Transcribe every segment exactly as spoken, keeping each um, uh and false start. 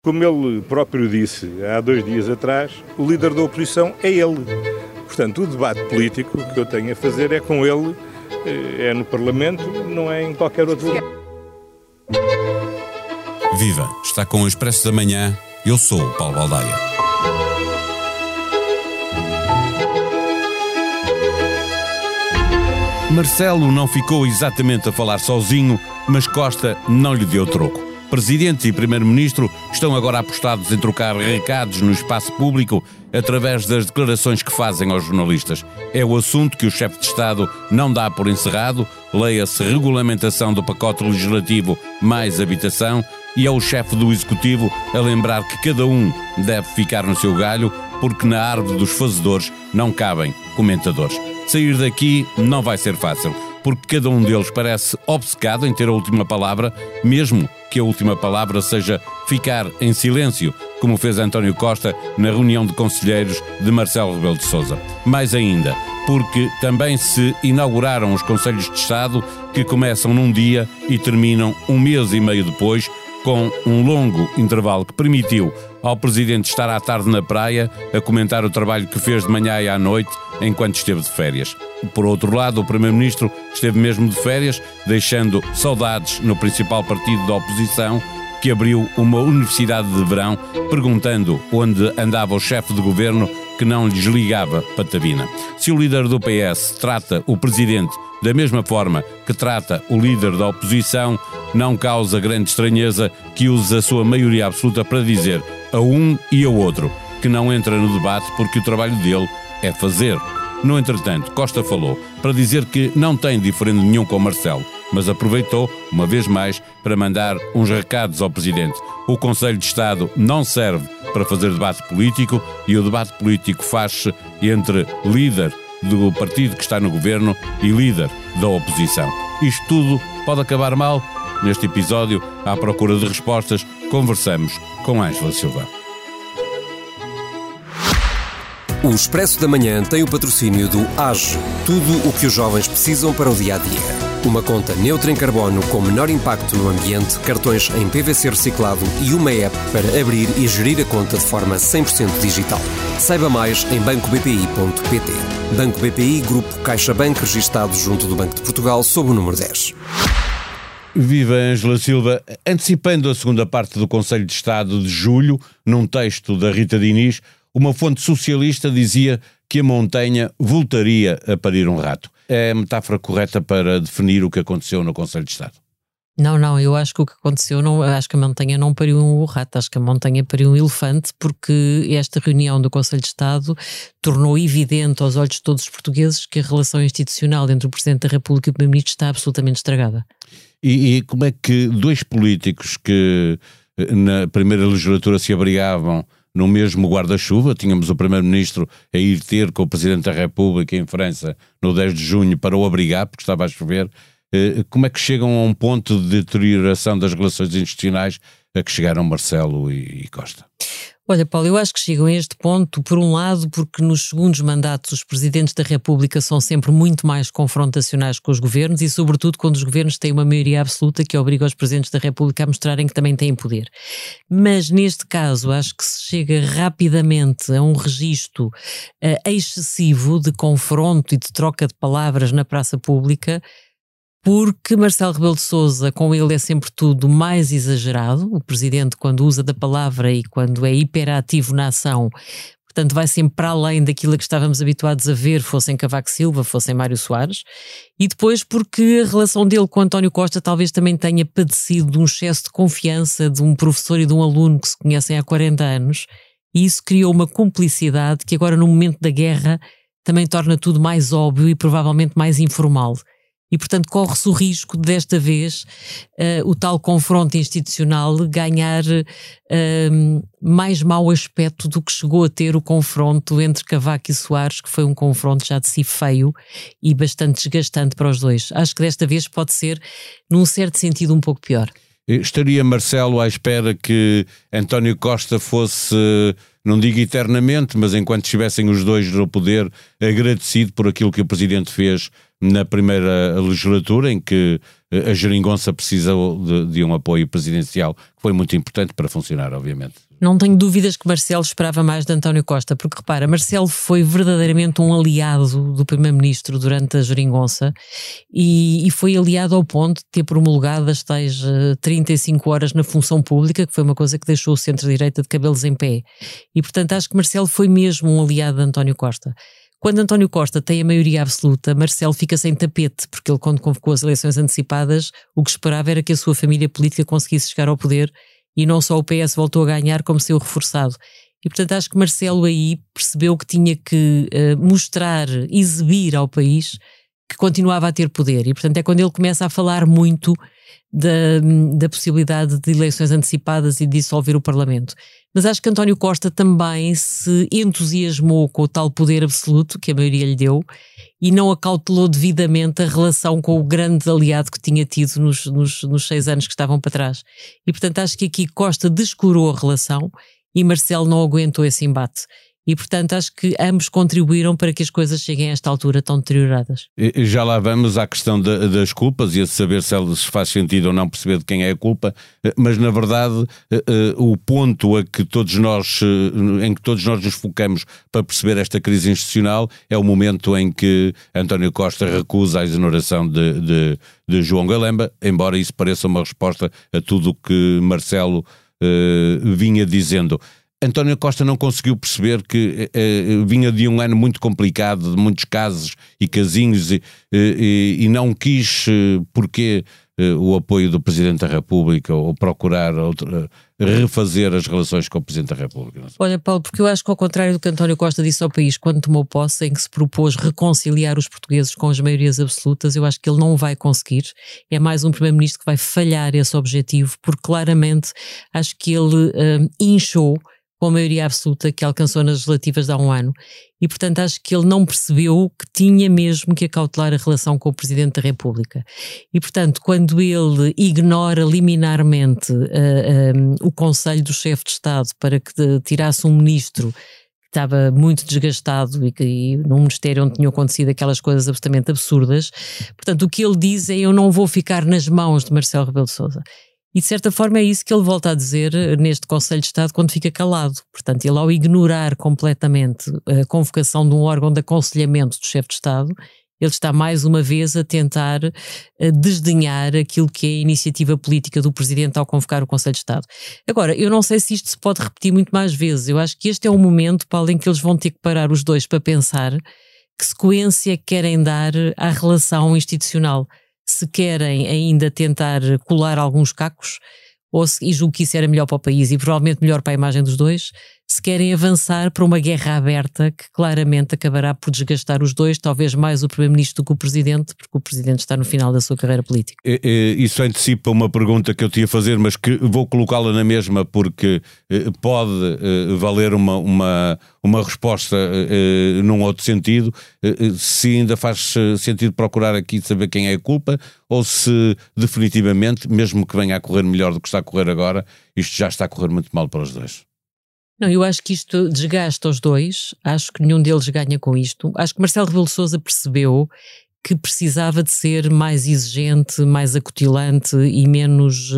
Como ele próprio disse há dois dias atrás, o líder da oposição é ele. Portanto, o debate político que eu tenho a fazer é com ele, é no Parlamento, não é em qualquer outro lugar. Viva! Está com o Expresso da Manhã. Eu sou o Paulo Baldaia. Marcelo não ficou exatamente a falar sozinho, mas Costa não lhe deu troco. Presidente e Primeiro-Ministro estão agora apostados em trocar recados no espaço público através das declarações que fazem aos jornalistas. É o assunto que o chefe de Estado não dá por encerrado, leia-se regulamentação do pacote legislativo mais habitação, e é o chefe do Executivo a lembrar que cada um deve ficar no seu galho, porque na árvore dos fazedores não cabem comentadores. Sair daqui não vai ser fácil, porque cada um deles parece obcecado em ter a última palavra, mesmo que a última palavra seja ficar em silêncio, como fez António Costa na reunião de conselheiros de Marcelo Rebelo de Sousa. Mais ainda, porque também se inauguraram os Conselhos de Estado, que começam num dia e terminam um mês e meio depois, com um longo intervalo que permitiu ao Presidente estar à tarde na praia a comentar o trabalho que fez de manhã e à noite enquanto esteve de férias. Por outro lado, o Primeiro-Ministro esteve mesmo de férias, deixando saudades no principal partido da oposição, que abriu uma universidade de verão, perguntando onde andava o chefe de governo que não lhes ligava patavina. Se o líder do P S trata o Presidente da mesma forma que trata o líder da oposição, não causa grande estranheza que use a sua maioria absoluta para dizer a um e ao outro que não entra no debate porque o trabalho dele é fazer. No entretanto, Costa falou para dizer que não tem diferendo nenhum com Marcelo, mas aproveitou, uma vez mais, para mandar uns recados ao Presidente. O Conselho de Estado não serve para fazer debate político e o debate político faz-se entre líder do partido que está no governo e líder da oposição. Isto tudo pode acabar mal? Neste episódio, à procura de respostas, conversamos com Ângela Silva. O Expresso da Manhã tem o patrocínio do A G E, tudo o que os jovens precisam para o dia-a-dia. Uma conta neutra em carbono com menor impacto no ambiente, cartões em P V C reciclado e uma app para abrir e gerir a conta de forma cem por cento digital. Saiba mais em banco b p i ponto p t. Banco B P I, Grupo CaixaBank, registado junto do Banco de Portugal, sob o número dez. Viva Ângela Silva. Antecipando a segunda parte do Conselho de Estado de julho, num texto da Rita Diniz, uma fonte socialista dizia que a montanha voltaria a parir um rato. É a metáfora correta para definir o que aconteceu no Conselho de Estado? Não, não, eu acho que o que aconteceu, não, acho que a montanha não pariu um rato, acho que a montanha pariu um elefante, porque esta reunião do Conselho de Estado tornou evidente aos olhos de todos os portugueses que a relação institucional entre o Presidente da República e o Primeiro-Ministro está absolutamente estragada. E, e como é que dois políticos que na primeira legislatura se abrigavam no mesmo guarda-chuva, tínhamos o Primeiro-Ministro a ir ter com o Presidente da República em França no dez de junho para o abrigar, porque estava a chover, como é que chegam a um ponto de deterioração das relações institucionais a que chegaram Marcelo e Costa? Olha, Paulo, eu acho que chegam a este ponto, por um lado, porque nos segundos mandatos os Presidentes da República são sempre muito mais confrontacionais com os governos e, sobretudo, quando os governos têm uma maioria absoluta que obriga os Presidentes da República a mostrarem que também têm poder. Mas, neste caso, acho que se chega rapidamente a um registro uh, excessivo de confronto e de troca de palavras na praça pública, porque Marcelo Rebelo de Sousa, com ele é sempre tudo mais exagerado, o Presidente quando usa da palavra e quando é hiperativo na ação, portanto vai sempre para além daquilo a que estávamos habituados a ver, fossem Cavaco Silva, fossem Mário Soares, e depois porque a relação dele com António Costa talvez também tenha padecido de um excesso de confiança de um professor e de um aluno que se conhecem há quarenta anos, e isso criou uma cumplicidade que agora no momento da guerra também torna tudo mais óbvio e provavelmente mais informal. E, portanto, corre-se o risco de, desta vez, uh, o tal confronto institucional ganhar uh, mais mau aspecto do que chegou a ter o confronto entre Cavaco e Soares, que foi um confronto já de si feio e bastante desgastante para os dois. Acho que desta vez pode ser, num certo sentido, um pouco pior. Estaria Marcelo à espera que António Costa fosse, não digo eternamente, mas enquanto estivessem os dois no poder, agradecido por aquilo que o Presidente fez na primeira legislatura, em que a geringonça precisou de, de um apoio presidencial, que foi muito importante para funcionar, obviamente. Não tenho dúvidas que Marcelo esperava mais de António Costa, porque repara, Marcelo foi verdadeiramente um aliado do primeiro-ministro durante a geringonça e, e foi aliado ao ponto de ter promulgado as tais uh, trinta e cinco horas na função pública, que foi uma coisa que deixou o centro-direita de cabelos em pé. E portanto acho que Marcelo foi mesmo um aliado de António Costa. Quando António Costa tem a maioria absoluta, Marcelo fica sem tapete, porque ele, quando convocou as eleições antecipadas, o que esperava era que a sua família política conseguisse chegar ao poder, e não só o P S voltou a ganhar, como saiu reforçado. E portanto acho que Marcelo aí percebeu que tinha que uh, mostrar, exibir ao país que continuava a ter poder. E portanto é quando ele começa a falar muito da, da possibilidade de eleições antecipadas e de dissolver o Parlamento. Mas acho que António Costa também se entusiasmou com o tal poder absoluto que a maioria lhe deu e não acautelou devidamente a relação com o grande aliado que tinha tido nos, nos, nos seis anos que estavam para trás. E portanto acho que aqui Costa descurou a relação e Marcelo não aguentou esse embate. E, portanto, acho que ambos contribuíram para que as coisas cheguem a esta altura tão deterioradas. E já lá vamos à questão de, das culpas e a saber se elas faz sentido ou não perceber de quem é a culpa, mas na verdade o ponto a que todos nós, em que todos nós nos focamos para perceber esta crise institucional é o momento em que António Costa recusa a exoneração de, de, de João Galamba, embora isso pareça uma resposta a tudo o que Marcelo uh, vinha dizendo. António Costa não conseguiu perceber que eh, vinha de um ano muito complicado, de muitos casos e casinhos, e, e, e não quis, eh, porque eh, o apoio do Presidente da República ou procurar outra, refazer as relações com o Presidente da República. Olha, Paulo, porque eu acho que ao contrário do que António Costa disse ao país quando tomou posse, em que se propôs reconciliar os portugueses com as maiorias absolutas, eu acho que ele não vai conseguir. É mais um primeiro-ministro que vai falhar esse objetivo, porque claramente acho que ele um, inchou com a maioria absoluta que alcançou nas legislativas de há um ano. E, portanto, acho que ele não percebeu que tinha mesmo que acautelar a relação com o Presidente da República. E, portanto, quando ele ignora liminarmente uh, um, o conselho do chefe de Estado para que de, tirasse um ministro que estava muito desgastado e que e num ministério onde tinham acontecido aquelas coisas absolutamente absurdas, portanto, o que ele diz é: eu não vou ficar nas mãos de Marcelo Rebelo de Sousa. E de certa forma é isso que ele volta a dizer neste Conselho de Estado quando fica calado. Portanto, ele ao ignorar completamente a convocação de um órgão de aconselhamento do chefe de Estado, ele está mais uma vez a tentar desdenhar aquilo que é a iniciativa política do Presidente ao convocar o Conselho de Estado. Agora, eu não sei se isto se pode repetir muito mais vezes. Eu acho que este é um momento, Paulo, em que eles vão ter que parar os dois para pensar que sequência querem dar à relação institucional. Se querem ainda tentar colar alguns cacos, ou se, e julgo que isso era melhor para o país e provavelmente melhor para a imagem dos dois, se querem avançar para uma guerra aberta que claramente acabará por desgastar os dois, talvez mais o Primeiro-Ministro do que o Presidente, porque o Presidente está no final da sua carreira política. Isso antecipa uma pergunta que eu tinha a fazer, mas que vou colocá-la na mesma porque pode valer uma, uma, uma resposta num outro sentido. Se ainda faz sentido procurar aqui saber quem é a culpa, ou se definitivamente, mesmo que venha a correr melhor do que está a correr agora, isto já está a correr muito mal para os dois. Não, eu acho que isto desgasta os dois, acho que nenhum deles ganha com isto. Acho que Marcelo Rebelo de Sousa percebeu que precisava de ser mais exigente, mais acutilante e menos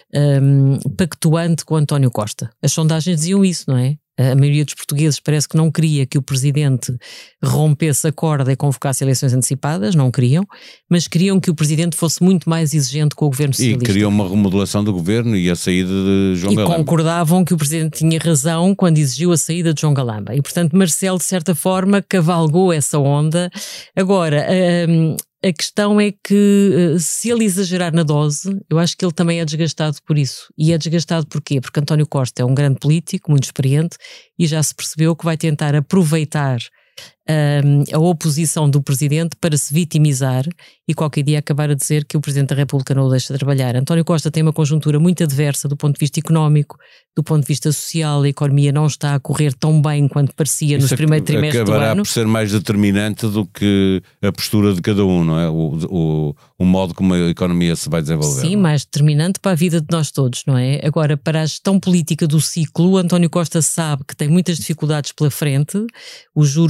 um, pactuante com António Costa. As sondagens diziam isso, não é? A maioria dos portugueses parece que não queria que o Presidente rompesse a corda e convocasse eleições antecipadas, não queriam, mas queriam que o Presidente fosse muito mais exigente com o Governo Socialista. E queriam uma remodelação do Governo e a saída de João e Galamba. E concordavam que o Presidente tinha razão quando exigiu a saída de João Galamba. E, portanto, Marcelo, de certa forma, cavalgou essa onda. Agora, um, a questão é que, se ele exagerar na dose, eu acho que ele também é desgastado por isso. E é desgastado porquê? Porque António Costa é um grande político, muito experiente, e já se percebeu que vai tentar aproveitar um, a oposição do Presidente para se vitimizar e qualquer dia acabar a dizer que o Presidente da República não o deixa trabalhar. António Costa tem uma conjuntura muito adversa do ponto de vista económico, do ponto de vista social. A economia não está a correr tão bem quanto parecia nos primeiros trimestres do ano. Acabará por ser mais determinante do que a postura de cada um, não é? O, o, o modo como a economia se vai desenvolver. Sim, mais determinante para a vida de nós todos, não é? Agora, para a gestão política do ciclo, António Costa sabe que tem muitas dificuldades pela frente, os juros não vão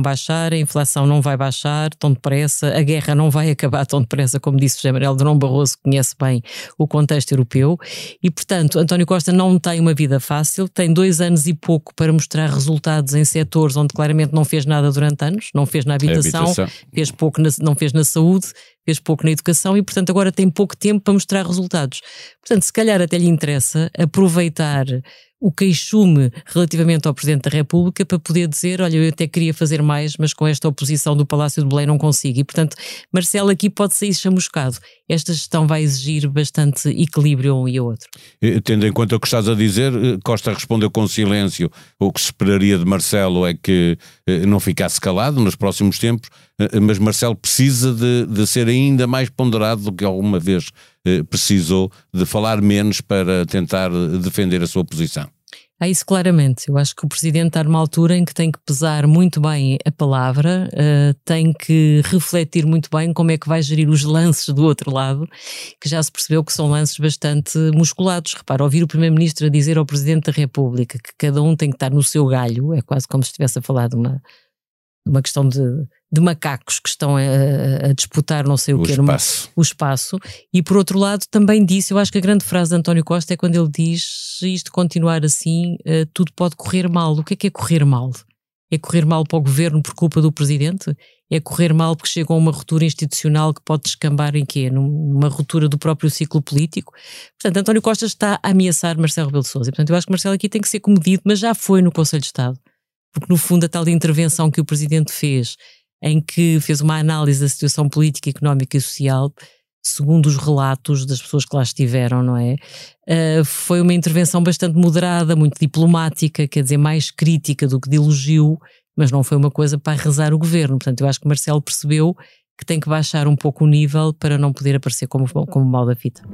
baixar, a inflação não vai baixar tão depressa, a guerra não vai acabar tão depressa, como disse José Manuel Durão Barroso, que conhece bem o contexto europeu, e portanto António Costa não tem uma vida fácil, tem dois anos e pouco para mostrar resultados em setores onde claramente não fez nada durante anos, não fez na habitação, habitação. fez pouco na, não fez na saúde, fez pouco na educação e portanto agora tem pouco tempo para mostrar resultados. Portanto, se calhar até lhe interessa aproveitar o queixume relativamente ao Presidente da República para poder dizer, olha, eu até queria fazer mais, mas com esta oposição do Palácio de Belém não consigo. E, portanto, Marcelo aqui pode sair chamuscado. Esta gestão vai exigir bastante equilíbrio um e a outro. Tendo em conta o que estás a dizer, Costa respondeu com silêncio. O que se esperaria de Marcelo é que não ficasse calado nos próximos tempos, mas Marcelo precisa de, de ser ainda mais ponderado do que alguma vez precisou, de falar menos para tentar defender a sua posição. Há isso claramente. Eu acho que o Presidente está numa altura em que tem que pesar muito bem a palavra, uh, tem que refletir muito bem como é que vai gerir os lances do outro lado, que já se percebeu que são lances bastante musculados. Repara, ouvir o Primeiro-Ministro a dizer ao Presidente da República que cada um tem que estar no seu galho, é quase como se estivesse a falar de uma, de uma questão de... de macacos que estão a, a disputar não sei o, o que, espaço. o espaço. E por outro lado também disse, eu acho que a grande frase de António Costa é quando ele diz, se isto continuar assim, uh, tudo pode correr mal. O que é que é correr mal? É correr mal para o governo por culpa do Presidente? É correr mal porque chega a uma ruptura institucional que pode descambar em quê? Numa ruptura do próprio ciclo político? Portanto, António Costa está a ameaçar Marcelo Rebelo de Sousa. E, portanto, eu acho que Marcelo aqui tem que ser comedido, mas já foi no Conselho de Estado. Porque no fundo a tal intervenção que o Presidente fez, em que fez uma análise da situação política, económica e social, segundo os relatos das pessoas que lá estiveram, não é? Uh, foi uma intervenção bastante moderada, muito diplomática, quer dizer, mais crítica do que de elogio, mas não foi uma coisa para arrasar o governo. Portanto, eu acho que Marcelo percebeu que tem que baixar um pouco o nível para não poder aparecer como, como mal da fita.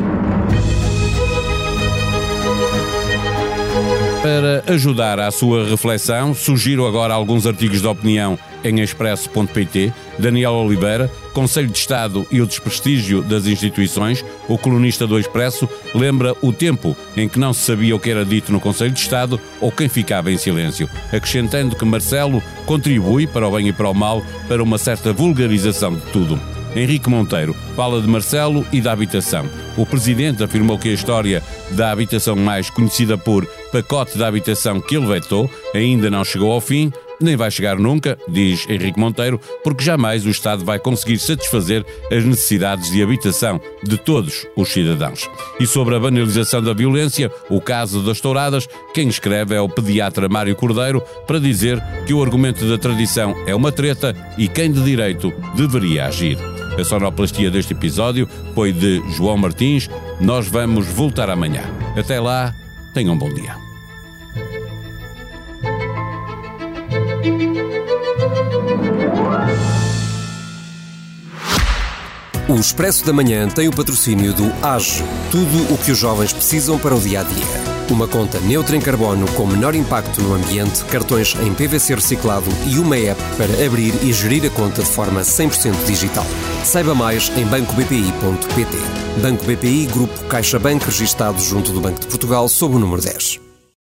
Para ajudar à sua reflexão, sugiro agora alguns artigos de opinião em expresso ponto pt. Daniel Oliveira, Conselho de Estado e o desprestígio das instituições. O colunista do Expresso lembra o tempo em que não se sabia o que era dito no Conselho de Estado ou quem ficava em silêncio, acrescentando que Marcelo contribui, para o bem e para o mal, para uma certa vulgarização de tudo. Henrique Monteiro fala de Marcelo e da habitação. O Presidente afirmou que a história da habitação mais conhecida por pacote da habitação que ele vetou ainda não chegou ao fim, nem vai chegar nunca, diz Henrique Monteiro, porque jamais o Estado vai conseguir satisfazer as necessidades de habitação de todos os cidadãos. E sobre a banalização da violência, o caso das touradas, quem escreve é o pediatra Mário Cordeiro, para dizer que o argumento da tradição é uma treta e quem de direito deveria agir. A sonoplastia deste episódio foi de João Martins. Nós vamos voltar amanhã. Até lá, tenham um bom dia. O Expresso da Manhã tem o patrocínio do A G E, tudo o que os jovens precisam para o dia-a-dia. Uma conta neutra em carbono com menor impacto no ambiente, cartões em P V C reciclado e uma app para abrir e gerir a conta de forma cem por cento digital. Saiba mais em banco b p i ponto p t. Banco B P I, Grupo CaixaBank, registado junto do Banco de Portugal, sob o número dez.